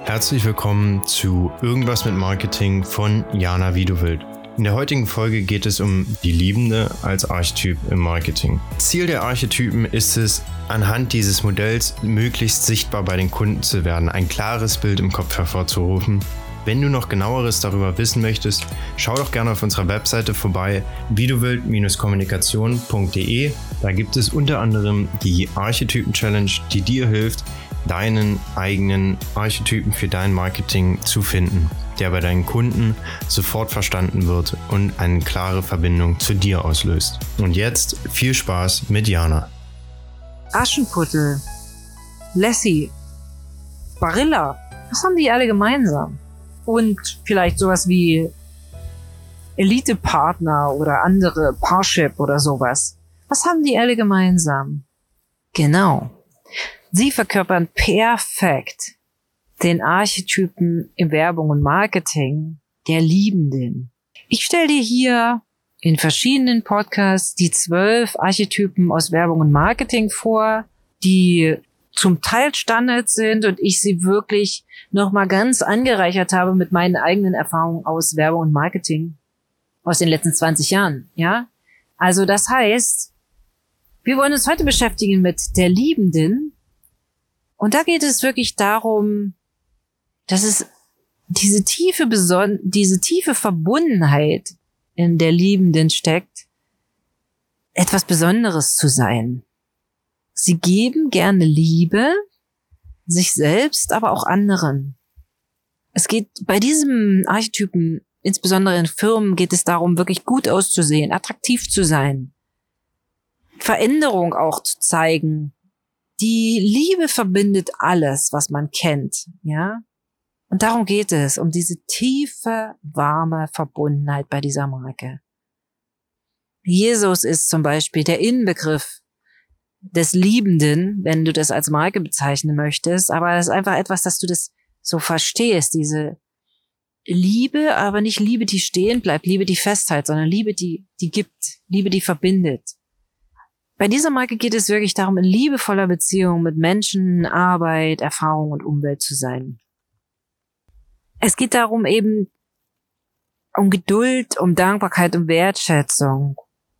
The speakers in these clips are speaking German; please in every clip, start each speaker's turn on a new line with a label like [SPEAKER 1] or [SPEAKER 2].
[SPEAKER 1] Herzlich willkommen zu Irgendwas mit Marketing von Jana Wiedewild. In der heutigen Folge geht es um die Liebende als Archetyp im Marketing. Ziel der Archetypen ist es, anhand dieses Modells möglichst sichtbar bei den Kunden zu werden, ein klares Bild im Kopf hervorzurufen. Wenn du noch genaueres darüber wissen möchtest, schau doch gerne auf unserer Webseite vorbei, wiedewild-kommunikation.de. Da gibt es unter anderem die Archetypen-Challenge, die dir hilft, deinen eigenen Archetypen für dein Marketing zu finden, der bei deinen Kunden sofort verstanden wird und eine klare Verbindung zu dir auslöst. Und jetzt viel Spaß mit Jana.
[SPEAKER 2] Aschenputtel, Lassie, Barilla, was haben die alle gemeinsam? Und vielleicht sowas wie Elite-Partner oder andere Parship oder sowas. Was haben die alle gemeinsam? Genau. Sie verkörpern perfekt den Archetypen in Werbung und Marketing der Liebenden. Ich stelle dir hier in verschiedenen Podcasts die 12 Archetypen aus Werbung und Marketing vor, die zum Teil Standard sind und ich sie wirklich nochmal ganz angereichert habe mit meinen eigenen Erfahrungen aus Werbung und Marketing aus den letzten 20 Jahren. Ja, also das heißt, wir wollen uns heute beschäftigen mit der Liebenden. Und da geht es wirklich darum, dass es diese tiefe Verbundenheit in der Liebenden steckt, etwas Besonderes zu sein. Sie geben gerne Liebe, sich selbst, aber auch anderen. Es geht bei diesem Archetypen, insbesondere in Firmen, geht es darum, wirklich gut auszusehen, attraktiv zu sein, Veränderung auch zu zeigen. Die Liebe verbindet alles, was man kennt, ja. Und darum geht es, um diese tiefe, warme Verbundenheit bei dieser Marke. Jesus ist zum Beispiel der Inbegriff des Liebenden, wenn du das als Marke bezeichnen möchtest, aber das ist einfach etwas, dass du das so verstehst, diese Liebe, aber nicht Liebe, die stehen bleibt, Liebe, die festhält, sondern Liebe, die gibt, Liebe, die verbindet. Bei dieser Marke geht es wirklich darum, in liebevoller Beziehung mit Menschen, Arbeit, Erfahrung und Umwelt zu sein. Es geht darum eben um Geduld, um Dankbarkeit, um Wertschätzung.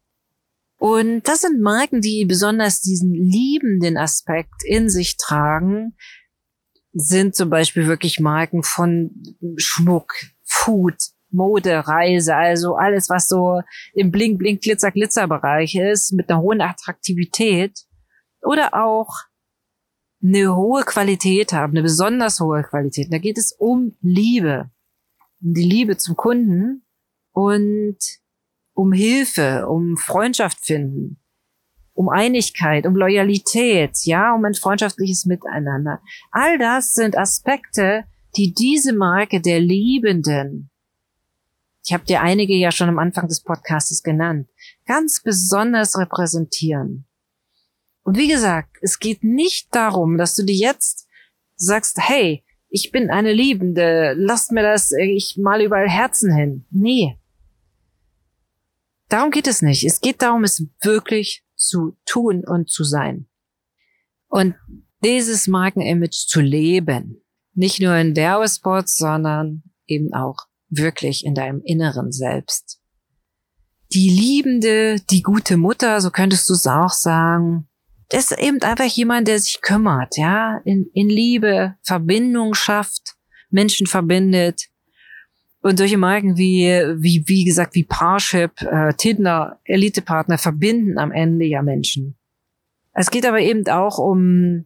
[SPEAKER 2] Und das sind Marken, die besonders diesen liebenden Aspekt in sich tragen, sind zum Beispiel wirklich Marken von Schmuck, Food, Mode, Reise, also alles, was so im Blink, Blink, Glitzer, Glitzer-Bereich ist, mit einer hohen Attraktivität oder auch eine hohe Qualität haben, eine besonders hohe Qualität. Da geht es um Liebe, um die Liebe zum Kunden und um Hilfe, um Freundschaft finden, um Einigkeit, um Loyalität, ja, um ein freundschaftliches Miteinander. All das sind Aspekte, die diese Marke der Liebenden, ich habe dir einige ja schon am Anfang des Podcastes genannt, ganz besonders repräsentieren. Und wie gesagt, es geht nicht darum, dass du dir jetzt sagst, hey, ich bin eine Liebende, lasst mir das, ich mal überall Herzen hin. Nee. Darum geht es nicht. Es geht darum, es wirklich zu tun und zu sein. Und dieses Markenimage zu leben. Nicht nur in Werbespots, sondern eben auch wirklich in deinem Inneren selbst. Die Liebende, die gute Mutter, so könntest du es auch sagen, das ist eben einfach jemand, der sich kümmert, ja, in Liebe, Verbindung schafft, Menschen verbindet. Und solche Marken wie gesagt, wie Parship, Tinder, Elite-Partner verbinden am Ende ja Menschen. Es geht aber eben auch um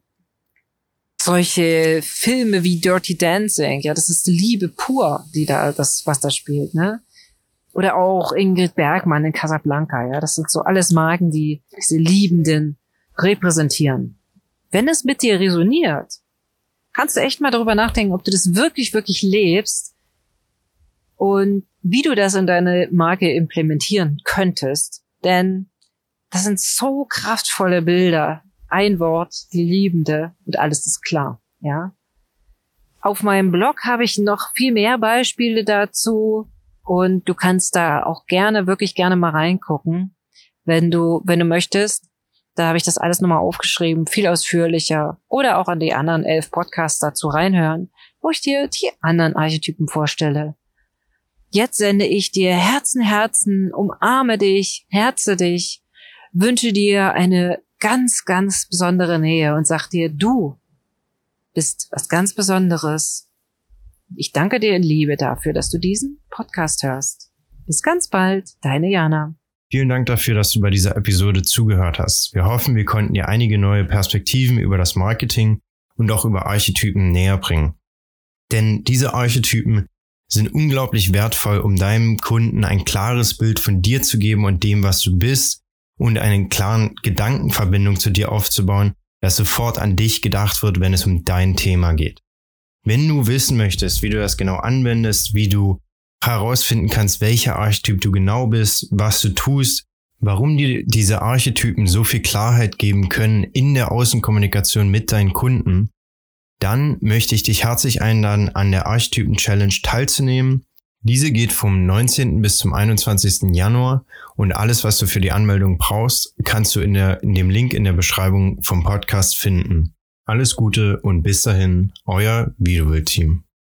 [SPEAKER 2] solche Filme wie Dirty Dancing, ja, das ist Liebe pur, was da spielt, ne? Oder auch Ingrid Bergman in Casablanca, ja, das sind so alles Marken, die diese Liebenden repräsentieren. Wenn es mit dir resoniert, kannst du echt mal darüber nachdenken, ob du das wirklich, wirklich lebst und wie du das in deine Marke implementieren könntest, denn das sind so kraftvolle Bilder. Ein Wort, die Liebende und alles ist klar, ja. Auf meinem Blog habe ich noch viel mehr Beispiele dazu und du kannst da auch wirklich gerne mal reingucken, wenn du möchtest. Da habe ich das alles nochmal aufgeschrieben, viel ausführlicher oder auch an die anderen 11 Podcasts dazu reinhören. wo ich dir die anderen Archetypen vorstelle. Jetzt sende ich dir Herzen, umarme dich, herze dich, wünsche dir eine ganz, ganz besondere Nähe und sag dir, du bist was ganz Besonderes. Ich danke dir in Liebe dafür, dass du diesen Podcast hörst. Bis ganz bald, deine Jana.
[SPEAKER 1] Vielen Dank dafür, dass du bei dieser Episode zugehört hast. Wir hoffen, wir konnten dir einige neue Perspektiven über das Marketing und auch über Archetypen näher bringen. Denn diese Archetypen sind unglaublich wertvoll, um deinem Kunden ein klares Bild von dir zu geben und dem, was du bist und eine klare Gedankenverbindung zu dir aufzubauen, dass sofort an dich gedacht wird, wenn es um dein Thema geht. Wenn du wissen möchtest, wie du das genau anwendest, wie du herausfinden kannst, welcher Archetyp du genau bist, was du tust, warum dir diese Archetypen so viel Klarheit geben können in der Außenkommunikation mit deinen Kunden, dann möchte ich dich herzlich einladen, an der Archetypen-Challenge teilzunehmen. Diese geht vom 19. bis zum 21. Januar und alles, was du für die Anmeldung brauchst, kannst du in dem Link in der Beschreibung vom Podcast finden. Alles Gute und bis dahin, euer Wie-du-willst-Team.